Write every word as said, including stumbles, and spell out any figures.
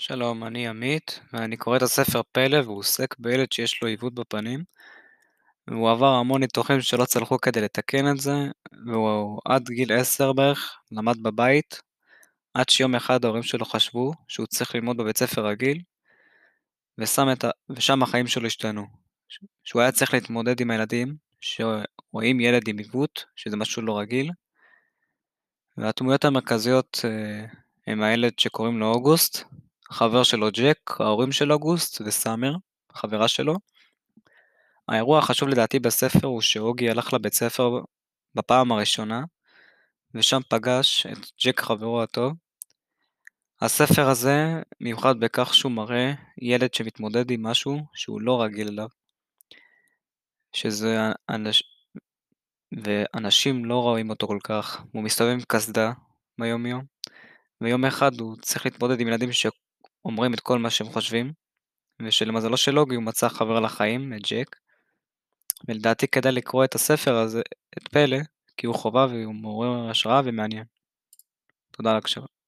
שלום, אני עמית, ואני קורא את הספר פלא, והוא עוסק בילד שיש לו עיוות בפנים, והוא עבר המון ניתוחים שלא צלחו כדי לתקן את זה, והוא עד גיל עשר בערך למד בבית, עד שיום אחד ההורים שלו חשבו שהוא צריך ללמוד בבית ספר רגיל, ושם את ה... ושם החיים שלו השתנו. ש- שהוא היה צריך להתמודד עם הילדים שרואים ילד עם עיוות, שזה משהו לא רגיל, והדמויות המרכזיות אה, הם הילד שקוראים לו אוגוסט, החבר שלו ג'ק, ההורים של אוגוסט וסאמר, חברה שלו. האירוע החשוב לדעתי בספר הוא שאוגי הלך לבית ספר בפעם הראשונה, ושם פגש את ג'ק חברו הטוב. הספר הזה מיוחד בכך שהוא מראה ילד שמתמודד עם משהו שהוא לא רגיל אליו, שזה אנש... ואנשים לא רואים אותו כל כך, הוא מסתובב עם קסדה ביום יום, ויום אחד הוא צריך להתמודד עם ילדים שאומרים את כל מה שהם חושבים, ושלמזלו של אוגי הוא מצא חבר לחיים, את ג'ק, ולדעתי כדאי לקרוא את הספר הזה, את פלא, כי הוא חובה והוא מעורר השראה ומעניין. תודה על ההקשבה.